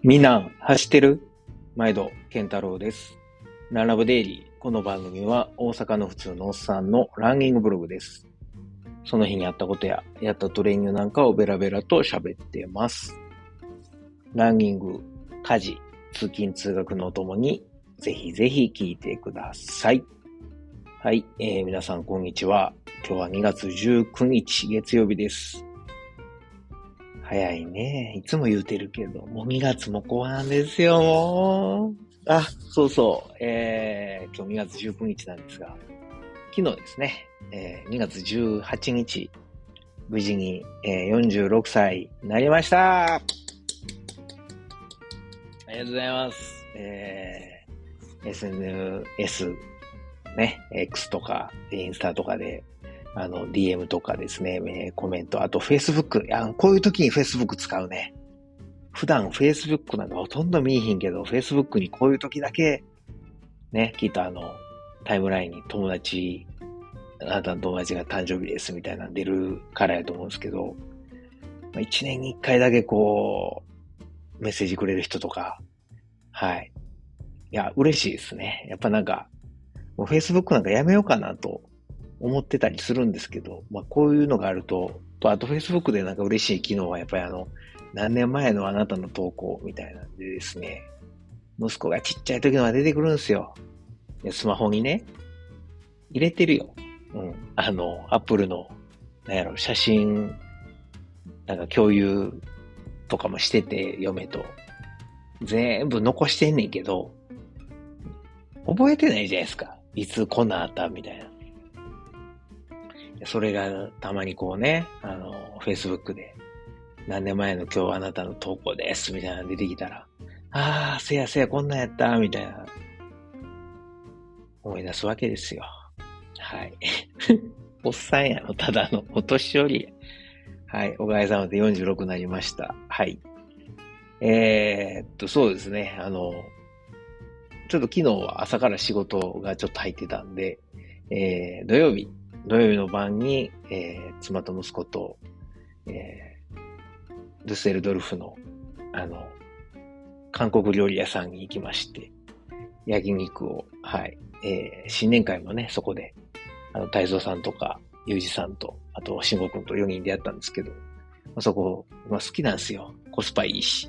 みんな走ってる？毎度健太郎です。ランラブデイリー。この番組は大阪の普通のおっさんのランニングブログです。その日にやったことややったトレーニングなんかをベラベラと喋ってます。ランニング、家事、通勤通学のお供にぜひぜひ聞いてください。はい、皆さんこんにちは。今日は2月19日月曜日です。早いね。いつも言うてるけど、もう2月も後半ですよ、もう。あ、そうそう。今日2月19日なんですが、昨日ですね、2月18日、無事に、46歳になりました。ありがとうございます。SNS、ね、X とか、インスタとかで、DM とかですね、コメント、あと Facebook。こういう時に Facebook 使うね。普段 Facebook なんかほとんど見えへんけど、Facebook にこういう時だけ、ね、きっとタイムラインにあなたの友達が誕生日ですみたいなの出るからやと思うんですけど、1年に1回だけこう、メッセージくれる人とか、はい。いや、嬉しいですね。やっぱなんか、もう Facebook なんかやめようかなと思ってたりするんですけど、こういうのがあると、あと Facebook でなんか嬉しい機能はやっぱり何年前のあなたの投稿みたいなんでですね、息子がちっちゃい時のが出てくるんですよ。スマホにね、入れてるよ。アップルの、写真、なんか共有とかもしてて、嫁と。全部残してんねんけど、覚えてないじゃないですか。いつこんなんあったみたいな。それがたまにこうね、Facebook で、何年前の今日あなたの投稿です、みたいなの出てきたら、せやせやこんなんやった、みたいな、思い出すわけですよ。はい。おっさんやろ、ただのお年寄り。はい。おかげさまで46になりました。はい。そうですね。ちょっと昨日は朝から仕事がちょっと入ってたんで、土曜日の晩に、妻と息子と、ドゥッセルドルフの、韓国料理屋さんに行きまして、焼肉を、はい。新年会もね、そこで、太蔵さんとか、ゆうじさんと、あと、しんごくんと4人でやったんですけど、そこ、好きなんですよ。コスパいいし。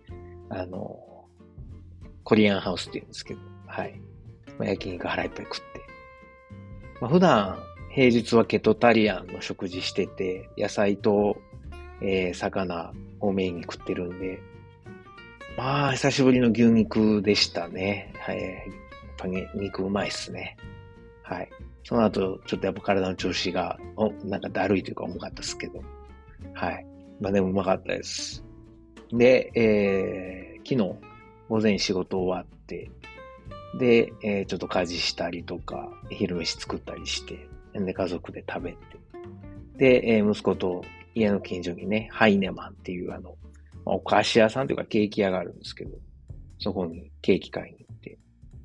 コリアンハウスって言うんですけど、はい。焼肉腹いっぱい食って。普段、平日はケトタリアンの食事してて、野菜と、魚をメインに食ってるんで、久しぶりの牛肉でしたね。はい。やっぱ肉うまいっすね。はい。その後、ちょっとやっぱ体の調子が、なんかだるいというか重かったですけど。はい。でもうまかったです。で、昨日、午前仕事終わって、で、ちょっと家事したりとか、昼飯作ったりして、で、家族で食べて、で、息子と家の近所にね、ハイネマンっていうお菓子屋さんというかケーキ屋があるんですけど、そこにケーキ買いに行って、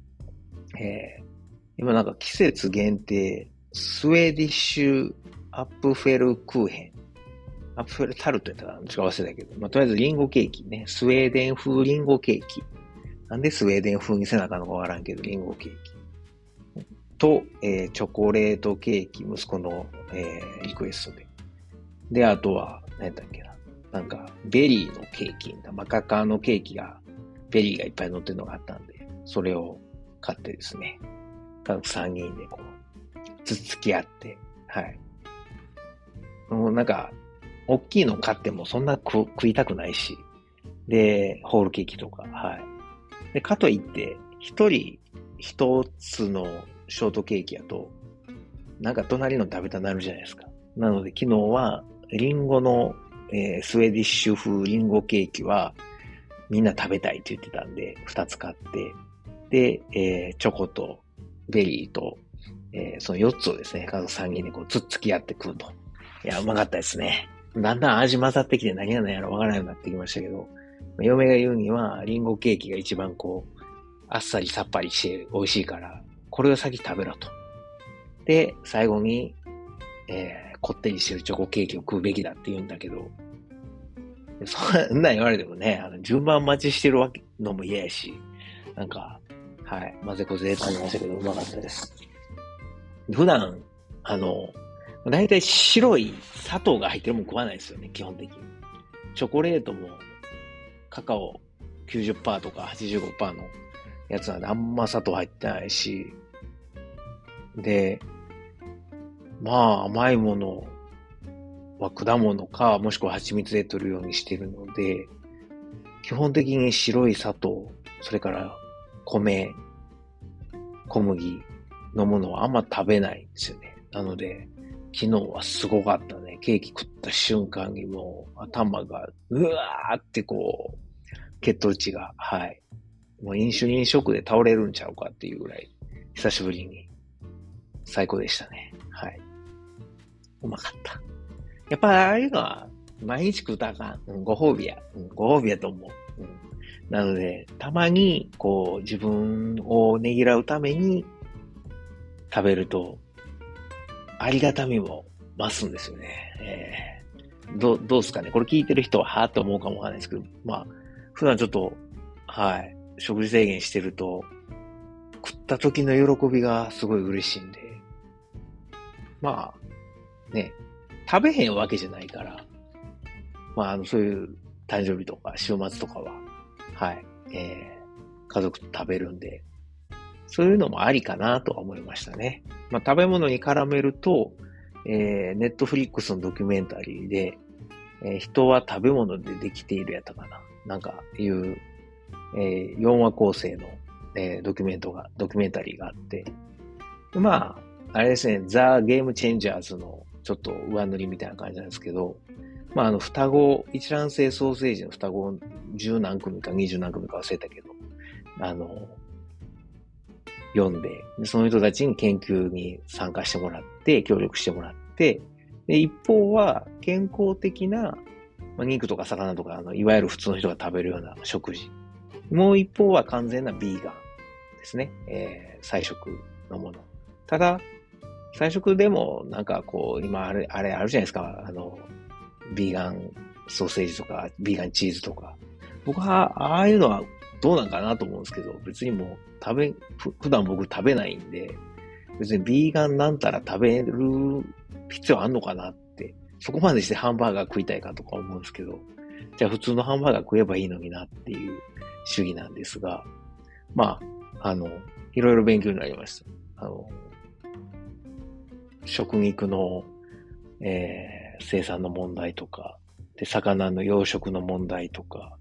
今なんか季節限定、スウェーディッシュアップフェルクーヘン。アップフェルタルトやったかなちょっと忘れたけど、とりあえずリンゴケーキね。スウェーデン風リンゴケーキ。なんでスウェーデン風にせなあかんのかわからんけど、リンゴケーキ。と、チョコレートケーキ、息子の、リクエストで。で、あとは、何やったっけな。なんか、ベリーのケーキ、カカオのケーキが、ベリーがいっぱい乗ってるのがあったんで、それを買ってですね。家族3人でこう、つつき合って、はい。もうなんか、大きいの買ってもそんな食いたくないし、で、ホールケーキとか、はい。で、かといって、一人一つのショートケーキやと、なんか隣の食べたなるじゃないですか。なので昨日は、リンゴの、スウェーディッシュ風リンゴケーキは、みんな食べたいって言ってたんで、二つ買って、で、チョコとベリーと、その4つをですね、家族3人でこう、つっつき合って食うと。いや、うまかったですね。だんだん味混ざってきて何が何やらわからないようになってきましたけど、嫁が言うには、リンゴケーキが一番こう、あっさりさっぱりして美味しいから、これを先食べろと。で、最後に、こってりしてるチョコケーキを食うべきだって言うんだけど、 そんなん言われてもね、順番待ちしてるわけのも嫌やし、なんか、はい、混ぜこぜ感じましたけど、うまかったです。普段、だいたい白い砂糖が入ってるもん食わないですよね、基本的に。チョコレートも、カカオ90%とか85%のやつなんで、あんま砂糖入ってないし、で、まあ、甘いものは果物か、もしくは蜂蜜で取るようにしてるので、基本的に白い砂糖、それから米、小麦のものはあんま食べないんですよね。なので、昨日はすごかったね。ケーキ食った瞬間にもう頭がうわーってこう、血糖値が、はい。もうインシュリンショックで倒れるんちゃうかっていうぐらい、久しぶりに最高でしたね。はい。うまかった。やっぱああいうのは毎日食うたらあかん。ご褒美や。ご褒美やと思う。なので、たまに、こう、自分をねぎらうために食べると、ありがたみも増すんですよね。どうですかね。これ聞いてる人は、はぁと思うかもわかんないですけど、まあ、普段ちょっと、はい、食事制限してると、食った時の喜びがすごい嬉しいんで、まあ、ね、食べへんわけじゃないから、まあ、そういう誕生日とか週末とかは、はい、家族と食べるんで、そういうのもありかなとは思いましたね。まあ、食べ物に絡めると、ネットフリックスのドキュメンタリーで、人は食べ物でできているやったかな。なんかいう、4話構成の、ドキュメンタリーがあって、まあ、あれですね、ザ・ゲームチェンジャーズのちょっと上塗りみたいな感じなんですけど、まあ、双子、一卵性ソーセージの双子10何組か20何組か忘れたけど、読んで、その人たちに研究に参加してもらって、協力してもらって、で、一方は健康的な、まあ、肉とか魚とか、いわゆる普通の人が食べるような食事。もう一方は完全なビーガンですね。菜食のもの。ただ、菜食でもなんかこう、今あれあるじゃないですか。ビーガンソーセージとか、ビーガンチーズとか。僕は、ああいうのはどうなんかなと思うんですけど、別にもう普段僕食べないんで、別にビーガンなんたら食べる必要あんのかなって、そこまでしてハンバーガー食いたいかとか思うんですけど、じゃあ普通のハンバーガー食えばいいのになっていう主義なんですが、まあ、いろいろ勉強になりました。食肉の、生産の問題とか、で、魚の養殖の問題とか、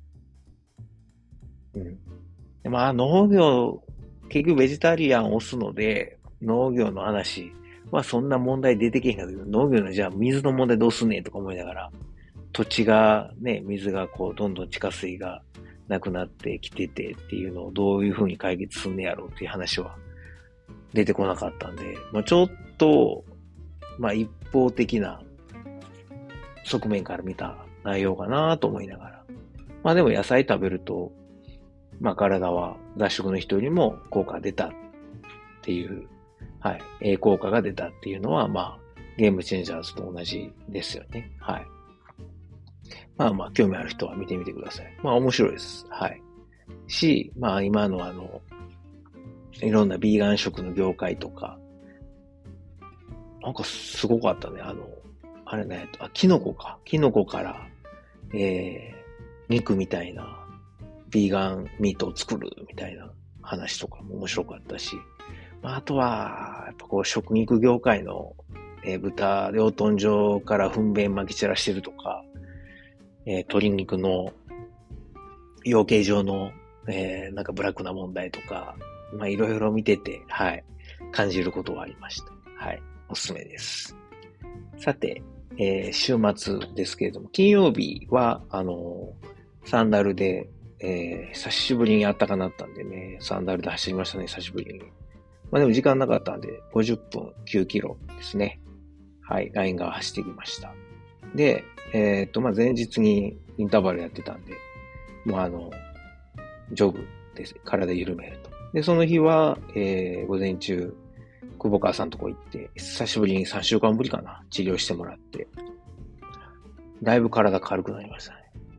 でまあ、農業、結局ベジタリアンを押すので、農業の話はそんな問題出てけへんかったけど、農業のじゃあ水の問題どうすんねんとか思いながら、土地がね、水がこう、どんどん地下水がなくなってきててっていうのをどういうふうに解決すんねやろうっていう話は出てこなかったんで、まあ、ちょっと、まあ、一方的な側面から見た内容かなと思いながら。まあでも野菜食べると、まあ体は雑食の人よりも効果が出たっていう、はい、効果が出たっていうのは、まあ、ゲームチェンジャーズと同じですよね。はい。まあまあ、興味ある人は見てみてください。まあ面白いです。はい。し、まあ今のいろんなビーガン食の業界とか、なんかすごかったね。あれね、キノコか。キノコから、肉みたいな、ビーガンミートを作るみたいな話とかも面白かったし、まあ、あとは、やっぱこう、食肉業界の、豚、養豚場から糞便撒き散らしてるとか、鶏肉の養鶏場の、なんかブラックな問題とか、まあ、いろいろ見てて、はい、感じることはありました。はい、おすすめです。さて、週末ですけれども、金曜日は、サンダルで、久しぶりに暖かなったんでね、サンダルで走りましたね、久しぶりに。まあでも時間なかったんで、50分9キロですね。はい、ライン側走ってきました。で、まあ前日にインターバルやってたんで、もうジョグです。体緩めると。で、その日は、午前中、久保川さんとこ行って、久しぶりに3週間ぶりかな、治療してもらって、だいぶ体軽くなりましたね。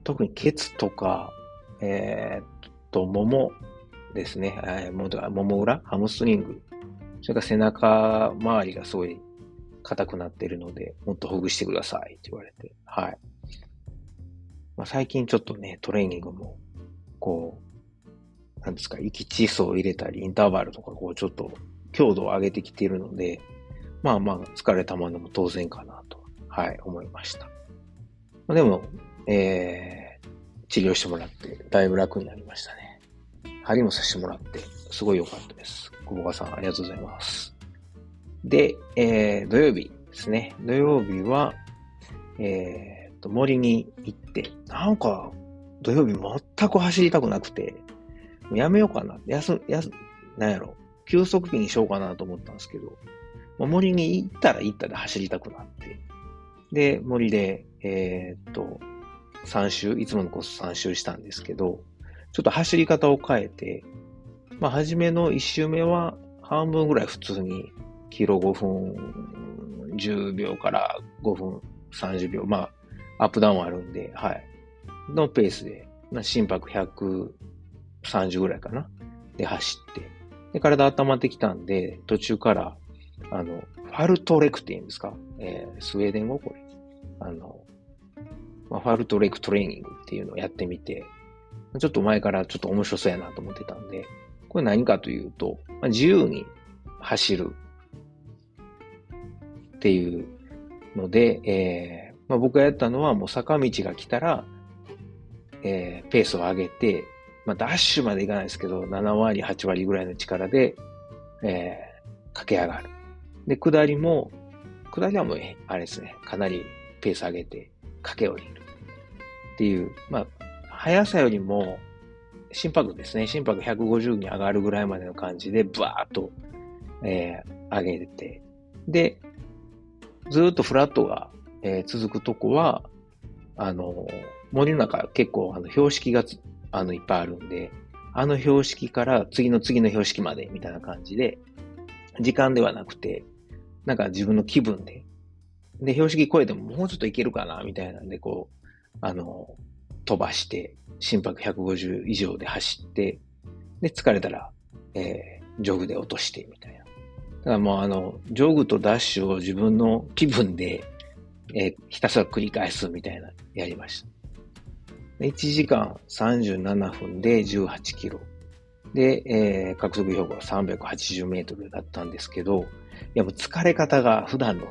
特にケツとか、ももですね、もも裏、ハムストリング、それから背中周りがすごい硬くなっているので、もっとほぐしてくださいって言われて、はい。まあ、最近ちょっとね、トレーニングも、こう、なんですか、息窒素を入れたり、インターバルとか、こう、ちょっと強度を上げてきているので、まあまあ、疲れたものも当然かなと、はい、思いました。まあ、でも、治療してもらって、だいぶ楽になりましたね。針もさせてもらって、すごい良かったです。久保川さん、ありがとうございます。で、土曜日ですね。土曜日は、森に行って、なんか、土曜日全く走りたくなくて、もうやめようかな。なんやろ。休息日にしようかなと思ったんですけど、森に行ったら行ったで走りたくなって。で、森で、3周、いつものコース3周したんですけど、ちょっと走り方を変えて、まあ、初めの1周目は半分ぐらい普通に、キロ5分10秒から5分30秒、まあ、アップダウンあるんで、はい。のペースで、心拍130ぐらいかな。で、走って。で、体温まってきたんで、途中から、ファルトレクって言うんですか、スウェーデン語これ。ファルトレクトレーニングっていうのをやってみて、ちょっと前からちょっと面白そうやなと思ってたんで、これ何かというと、自由に走るっていうので、僕がやったのはもう坂道が来たら、ペースを上げて、ダッシュまでいかないですけど、7割、8割ぐらいの力で、駆け上がる。で、下りはもう、あれですね、かなりペース上げて駆け下りる。っていう、速さよりも、心拍ですね、心拍150に上がるぐらいまでの感じで、バーッと、上げて、で、ずーっとフラットが、続くとこは、森の中結構標識がいっぱいあるんで、標識から次の標識までみたいな感じで、時間ではなくて、なんか自分の気分で、で、標識超えてももうちょっといけるかなみたいなんで、こう、飛ばして、心拍150以上で走って、で、疲れたら、ジョグで落としてみたいな。だからもうジョグとダッシュを自分の気分で、ひたすら繰り返すみたいな、やりました。1時間37分で18キロ。で、獲得標高は380メートルだったんですけど、いやもう疲れ方が普段の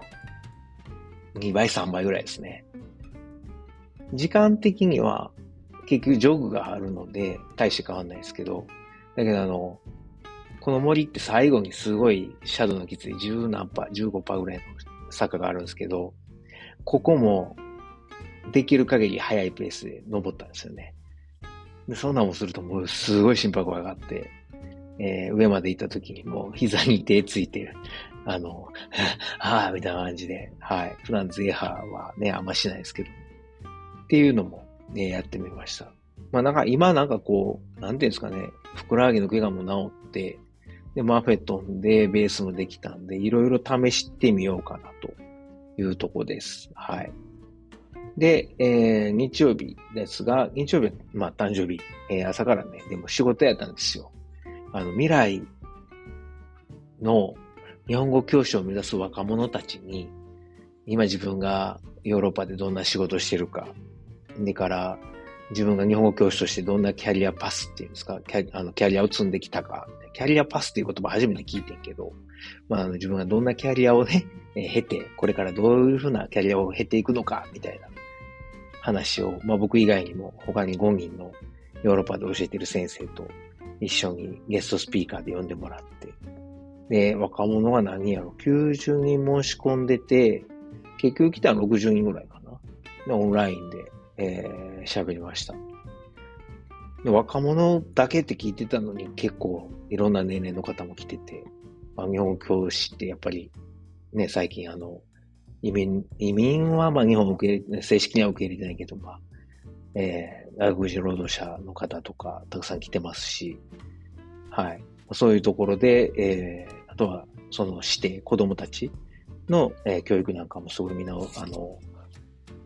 2倍、3倍ぐらいですね。時間的には結局ジョグがあるので大して変わんないですけど、だけどこの森って最後にすごいシャドウのきつい10何パー、15%ぐらいの坂があるんですけど、ここもできる限り速いペースで登ったんですよね。でそんなもするともうすごい心拍が上がって、上まで行った時にもう膝に手ついて、はぁ、みたいな感じで、はい。普段ゼーハーはね、あんましないですけど、っていうのもね、やってみました。今こう、なんていうんですかね、ふくらはぎの怪我も治って、で、マーフェットンでベースもできたんで、いろいろ試してみようかなというとこです。はい。で、日曜日ですが、日曜日は、誕生日、朝からね、でも仕事やったんですよ。未来の日本語教師を目指す若者たちに、今自分がヨーロッパでどんな仕事をしてるか、でから自分が日本語教師としてどんなキャリアパスっていうんですか、キャリアを積んできたか、キャリアパスっていう言葉初めて聞いてんけど、自分がどんなキャリアをね、経て、これからどういうふうなキャリアを経ていくのか、みたいな話を、僕以外にも他に5人のヨーロッパで教えてる先生と一緒にゲストスピーカーで呼んでもらって、で、若者が何人やろ、90人申し込んでて、結局来たら60人ぐらいかな。で、オンラインで、喋りました。で、若者だけって聞いてたのに結構いろんな年齢の方も来てて、日本語教師ってやっぱりね、最近移民は日本を正式には受け入れてないけど、外国人労働者の方とかたくさん来てますし、はい。そういうところで、あとはその子供たちの、教育なんかもすごいみんな、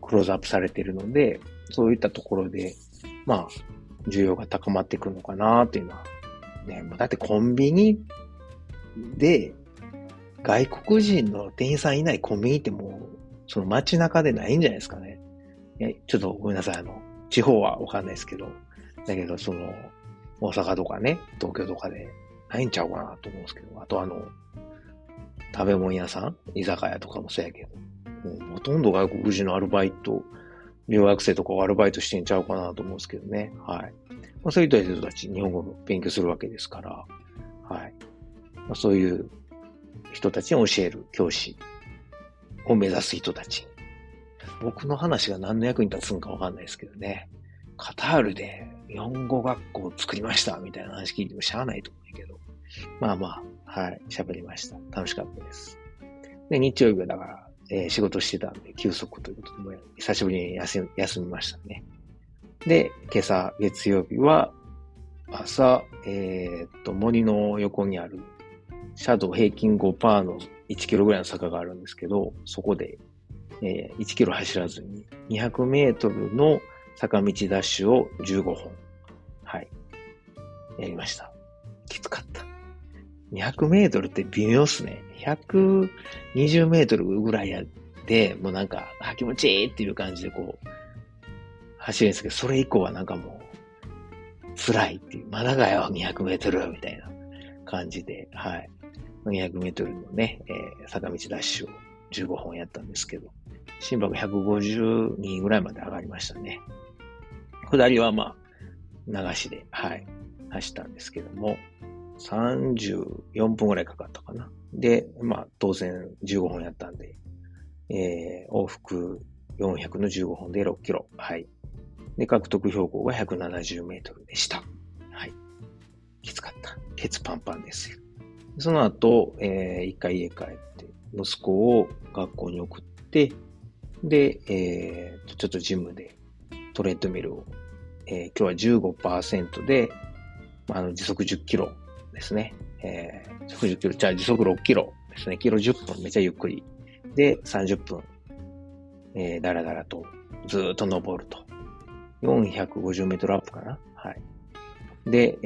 クローズアップされているので、そういったところで、まあ、需要が高まってくるのかなっていうのは、ね、だってコンビニで、外国人の店員さんいないコンビニってもう、その街中でないんじゃないですかね。ちょっとごめんなさい、地方はわかんないですけど、だけど、大阪とかね、東京とかでないんちゃうかなと思うんですけど、あと食べ物屋さん、居酒屋とかもそうやけど、もうほとんど外国人のアルバイト、留学生とかをアルバイトしてんちゃうかなと思うんですけどね。はい。まあ、そういった人たち、日本語を勉強するわけですから、はい。まあ、そういう人たちに教える教師を目指す人たち。僕の話が何の役に立つんかわかんないですけどね。カタールで日本語学校を作りましたみたいな話聞いてもしゃあないと思うけど。まあまあ、はい、喋りました。楽しかったです。で、日曜日はだから、仕事してたんで休息ということで、もう久しぶりに休みましたね。で、今朝、月曜日は、朝、森の横にある、シャドウ平均5%の1キロぐらいの坂があるんですけど、そこで、1キロ走らずに200メートルの坂道ダッシュを15本。はい。やりました。きつかった。200メートルって微妙っすね。120メートルぐらいやって、もうなんか、気持ちいいっていう感じでこう、走るんですけど、それ以降はなんかもう、辛いっていう、まだかよ、200メートルみたいな感じで、はい。200メートルのね、坂道ダッシュを15本やったんですけど、心拍152ぐらいまで上がりましたね。下りはまあ、流しで、はい、走ったんですけども、34分ぐらいかかったかな。で、まあ、当然15本やったんで、往復400の15本で6キロ。はい。で、獲得標高が170メートルでした。はい。きつかった。ケツパンパンですよ。その後、一回家帰って、息子を学校に送って、で、ちょっとジムでトレッドミルを、今日は 15% で、時速10キロですね。時速10キロ、じゃあ時速6キロですね。キロ10分、めちゃゆっくり。で、30分、だらだらと、ずーっと登ると。450メートルアップかな。はい。で、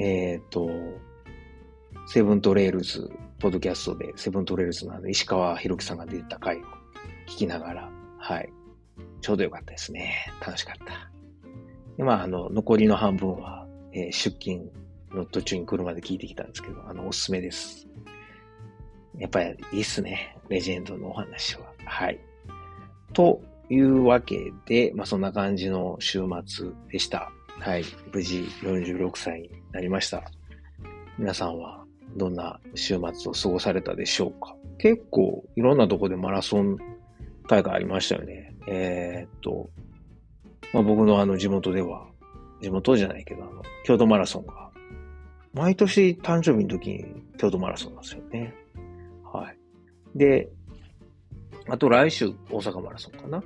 セブントレールズ、ポッドキャストでセブントレールズの石川博樹さんが出てた回を聞きながら、はい。ちょうどよかったですね。楽しかった。で、まあ、残りの半分は、出勤の途中に車で聞いてきたんですけど、おすすめです。やっぱりいいっすね。レジェンドのお話は。はい。というわけで、まあ、そんな感じの週末でした。はい。無事46歳になりました。皆さんはどんな週末を過ごされたでしょうか？結構いろんなとこでマラソン大会ありましたよね。まあ、僕の地元では、地元じゃないけど、京都マラソンが、毎年誕生日の時に京都マラソンなんですよね。はい。で、あと来週大阪マラソンかな。はい。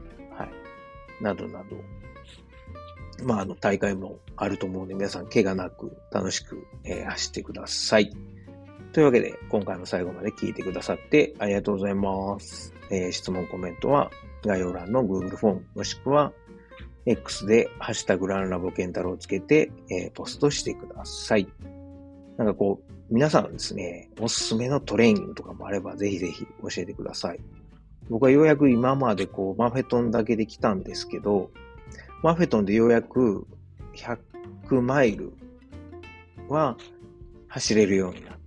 などなど。まあ、大会もあると思うので、皆さん怪我なく楽しく、走ってください。というわけで、今回も最後まで聞いてくださってありがとうございます。質問、コメントは概要欄の Google フォーム、もしくは X でハッシュタグランラボケンタロウをつけて、ポストしてください。なんかこう、皆さんですね、おすすめのトレーニングとかもあれば、ぜひぜひ教えてください。僕はようやく今までこう、マフェトンだけで来たんですけど、マフェトンでようやく100マイルは走れるようになって、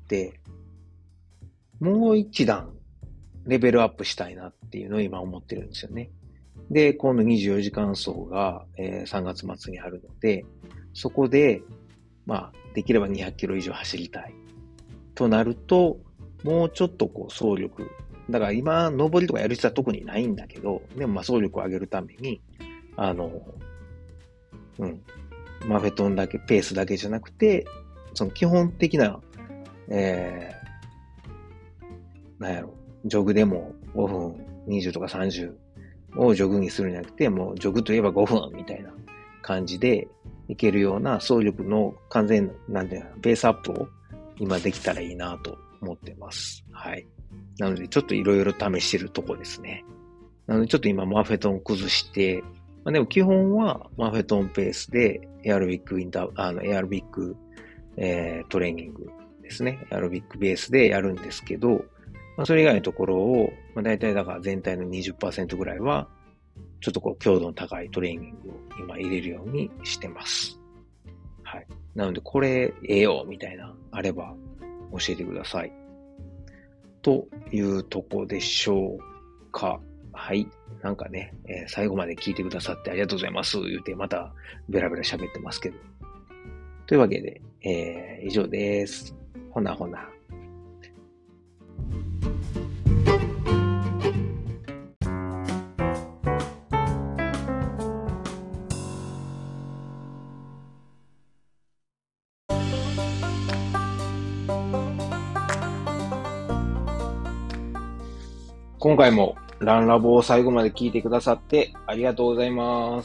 もう一段レベルアップしたいなっていうのを今思ってるんですよね。で、今度24時間走が、3月末にあるので、そこで、まあ、できれば200キロ以上走りたい。となると、もうちょっとこう、走力。だから今、登りとかやる必要は特にないんだけど、でもまあ、走力を上げるために、マフェトンだけ、ペースだけじゃなくて、その基本的な、なんやろ、ジョグでも5分20とか30をジョグにするんじゃなくて、もうジョグといえば5分みたいな感じでいけるような走力の完全な、なんていうの、ペースアップを今できたらいいなと思ってます。はい。なのでちょっといろいろ試してるとこですね。なのでちょっと今マフェトン崩して、 まあ、でも基本は、マフェトンペースで、エアロビックエアロビック、トレーニングですね。エアロビックベースでやるんですけど、まあ、それ以外のところを、まあ、大体だから全体の 20% ぐらいは、ちょっとこう、強度の高いトレーニングを今入れるようにしてます。はい。なので、これ、ええよ、みたいな、あれば、教えてください。というとこでしょうか。はい。なんかね、最後まで聞いてくださってありがとうございます。言うて、また、ベラベラ喋ってますけど。というわけで、以上です。ほなほな。今回もランラボを最後まで聞いてくださってありがとうございます。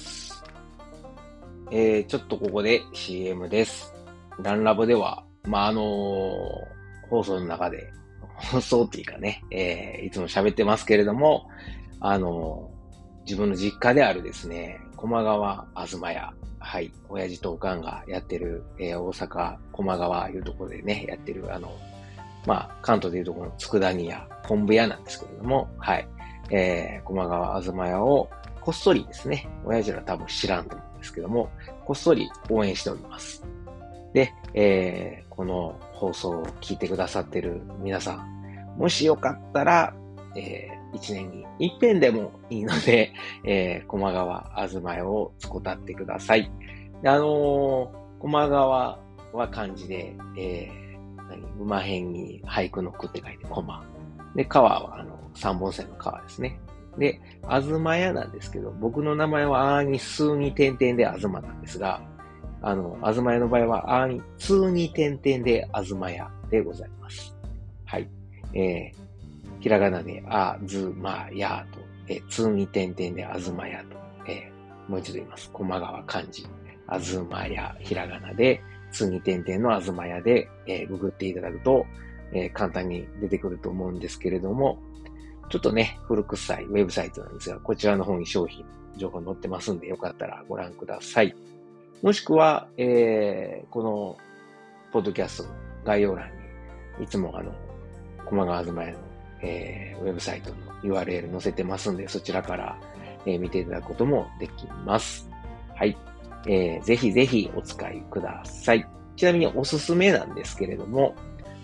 ちょっとここで CM です。ランラボでは、放送の中で、放送っていうかね、いつも喋ってますけれども、自分の実家であるですね、駒川あずま屋、はい、親父とおかんがやってる、大阪駒川いうところでね、やってる、関東でいうところの佃煮屋、昆布屋なんですけれども、はい、駒川あずま屋をこっそりですね、親父ら多分知らんと思うんですけども、こっそり応援しております。で、この放送を聞いてくださってる皆さん、もしよかったら、一年に一遍でもいいので、駒川あずま屋を使ってください。で駒川は漢字で、馬辺に俳句の句って書いて駒。で、川は三本線の川ですね。で、あずま屋なんですけど、僕の名前はあーに数に点々であずまなんですが、あずま屋の場合はあーに通に点々であずま屋でございます。はい。ひらがなであずまやと、通に点々であずまやと、もう一度言います。駒川漢字、あずまや、ひらがなで、通に点々のあずまやで、ググっていただくと、簡単に出てくると思うんですけれども、ちょっとね、古臭いウェブサイトなんですが、こちらの方に商品、情報載ってますんで、よかったらご覧ください。もしくは、この、ポッドキャストの概要欄に、いつも駒川あずまやの、ウェブサイトの URL 載せてますんで、そちらから、見ていただくこともできます。はい。ぜひぜひお使いください。ちなみにおすすめなんですけれども、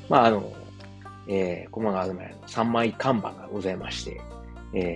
駒川あずまやの3枚看板がございまして、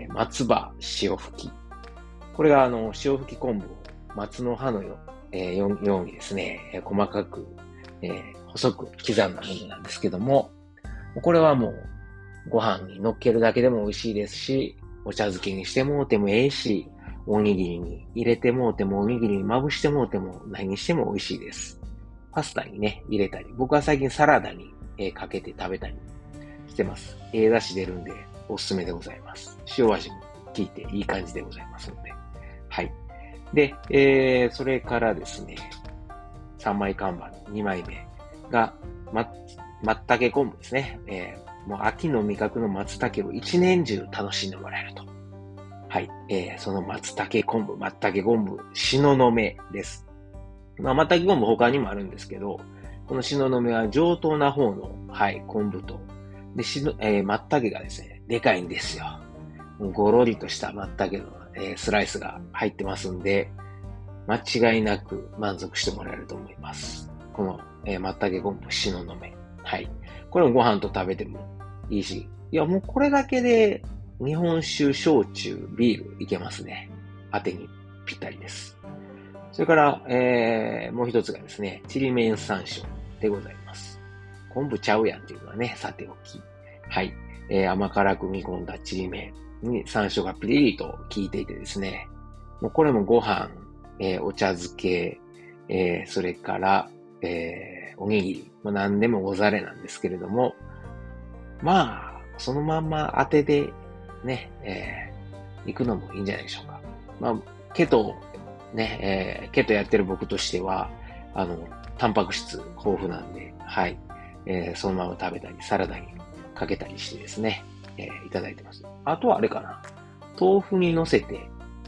松葉塩吹き。これが塩吹き昆布を松の葉のようにですね、細かく、細く刻んだものなんですけども、これはもうご飯に乗っけるだけでも美味しいですし、お茶漬けにしてもうてもええし、おにぎりに入れてもうても、おにぎりにまぶしてもうても、何にしても美味しいです。パスタにね、入れたり、僕は最近サラダに、かけて食べたりしてます。出汁出るんで、おすすめでございます。塩味も効いていい感じでございますので。はい。で、それからですね、3枚看板の2枚目が、松茸昆布ですね。もう秋の味覚の松茸を一年中楽しんでもらえると。はい。その松茸昆布、東雲です。松茸昆布他にもあるんですけど、この東雲は上等な方の、はい、昆布と、で、松茸がですね、でかいんですよ。ごろりとした松茸の、スライスが入ってますんで、間違いなく満足してもらえると思います。この、松茸昆布、東雲。はい。これもご飯と食べてもいいし、いや、もうこれだけで日本酒、焼酎、ビールいけますね。当てにぴったりです。それから、もう一つがですね、ちりめん山椒でございます。昆布ちゃうやんっていうのはね、さておき。はい。甘辛く煮込んだちりめんに山椒がピリリと効いていてですね、もうこれもご飯、お茶漬け、それから、おにぎり、何でもおざれなんですけれども、そのまんま当てでね、行くのもいいんじゃないでしょうか。ケトやってる僕としては、タンパク質豊富なんで、はい、そのまま食べたり、サラダにかけたりしてですね、いただいてます。あとはあれかな。豆腐に乗せて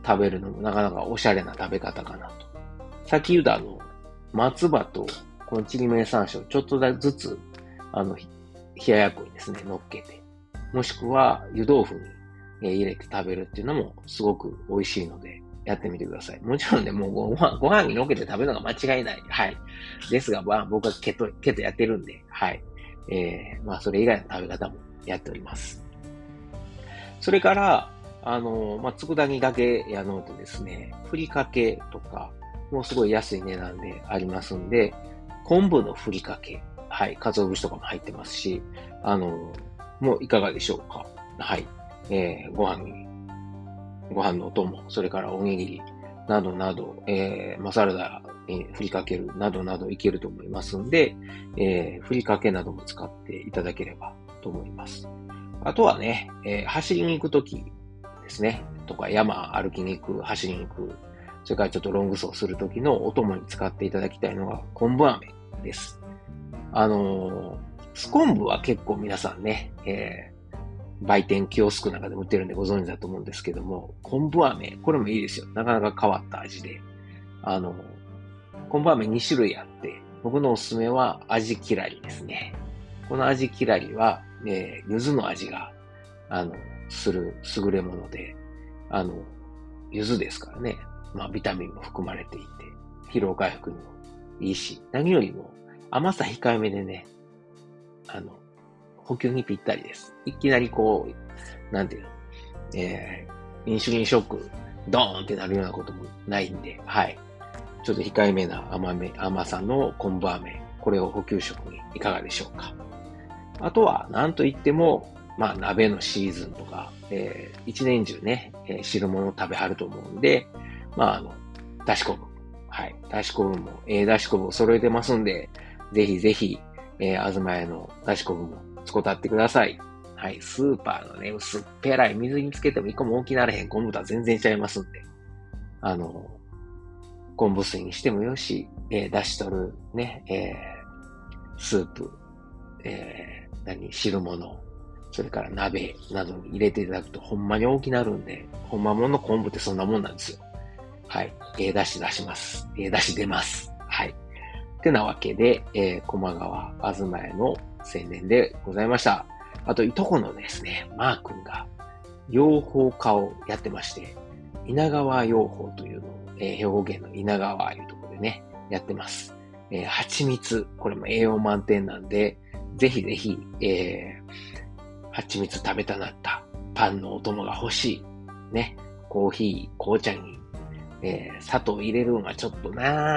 食べるのもなかなかおしゃれな食べ方かなと。さっき言った松葉とこのちりめん山椒ちょっとずつ、冷ややっこにですね、乗っけて、もしくは湯豆腐に入れて食べるっていうのもすごく美味しいので、やってみてください。もちろんね、もうご飯に乗っけて食べるのが間違いない。はい。ですが、僕はケトやってるんで、はい。それ以外の食べ方もやっております。それから、佃煮だけやのうとですね、ふりかけとか、もうすごい安い値段でありますんで、昆布のふりかけ、はい、鰹節とかも入ってますし、もういかがでしょうか。はい。ご飯のお供、それからおにぎり、などなど、サラダにふりかけるなどなどいけると思いますんで、ふりかけなども使っていただければと思います。あとはね、走りに行くときですね、とか山歩きに行く、走りに行く、それからちょっとロング走するときのお供に使っていただきたいのが昆布飴です。ス昆布は結構皆さんね、売店キオスクなんかで売ってるんでご存知だと思うんですけども、昆布飴、これもいいですよ。なかなか変わった味で。昆布飴2種類あって、僕のおすすめは味きらりですね。この味きらりは、柚子の味が、する優れもので、柚子ですからね。ビタミンも含まれていて、疲労回復にもいいし、何よりも甘さ控えめでね、補給にぴったりです。いきなりなんていうの、インシュリンショック、ドーンってなるようなこともないんで、はい。ちょっと控えめな甘さの昆布飴、これを補給食にいかがでしょうか。あとは、なんといっても、鍋のシーズンとか、一年中ね、汁物を食べはると思うんで、だし昆布。はい。だし昆布も、だし昆布を揃えてますんで、ぜひぜひ、あずまやのだし昆布も使ってってください。はい。スーパーのね、薄っぺらい水につけても一個も大きなれへん昆布とは全然ちゃいますんで、昆布水にしてもよし、だし取るね、スープ、汁物、それから鍋などに入れていただくとほんまに大きなるんで、ほんまもんの昆布ってそんなもんなんですよ。はい。だし出します。だし出ます。はい。ってなわけで、駒川あずまやの宣伝でございました。あと、いとこのですね、マー君が養蜂家をやってまして、稲川養蜂というのを、兵庫県の稲川いうところでね、やってます。蜂蜜、これも栄養満点なんで、ぜひぜひ、蜂蜜食べたなったパンのお供が欲しい。ね。コーヒー、紅茶に、砂糖入れるのがちょっと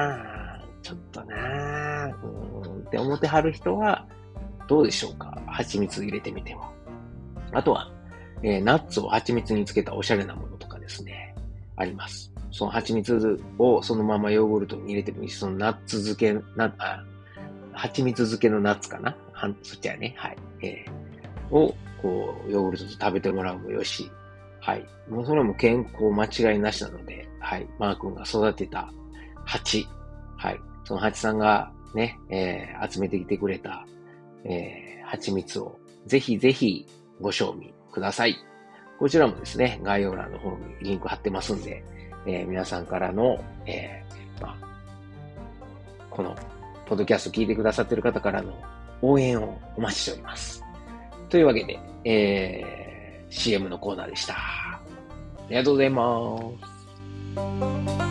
って思ってはる人は、どうでしょうか。蜂蜜入れてみては。あとは、ナッツを蜂蜜につけたおしゃれなものとかですね、あります。その蜂蜜をそのままヨーグルトに入れてもいいし、そのナッツ漬け、蜂蜜漬けのナッツかなそっちはね、はい。を、ヨーグルトと食べてもらうもよし、はい。もうそれも健康間違いなしなので、はい。マー君が育てた蜂、はい。その蜂さんがね、集めてきてくれた、蜂蜜をぜひぜひご賞味ください。こちらもですね、概要欄の方にリンク貼ってますんで、皆さんからの、このポッドキャスト聞いてくださっている方からの応援をお待ちしております。というわけで、CM のコーナーでした。ありがとうございます。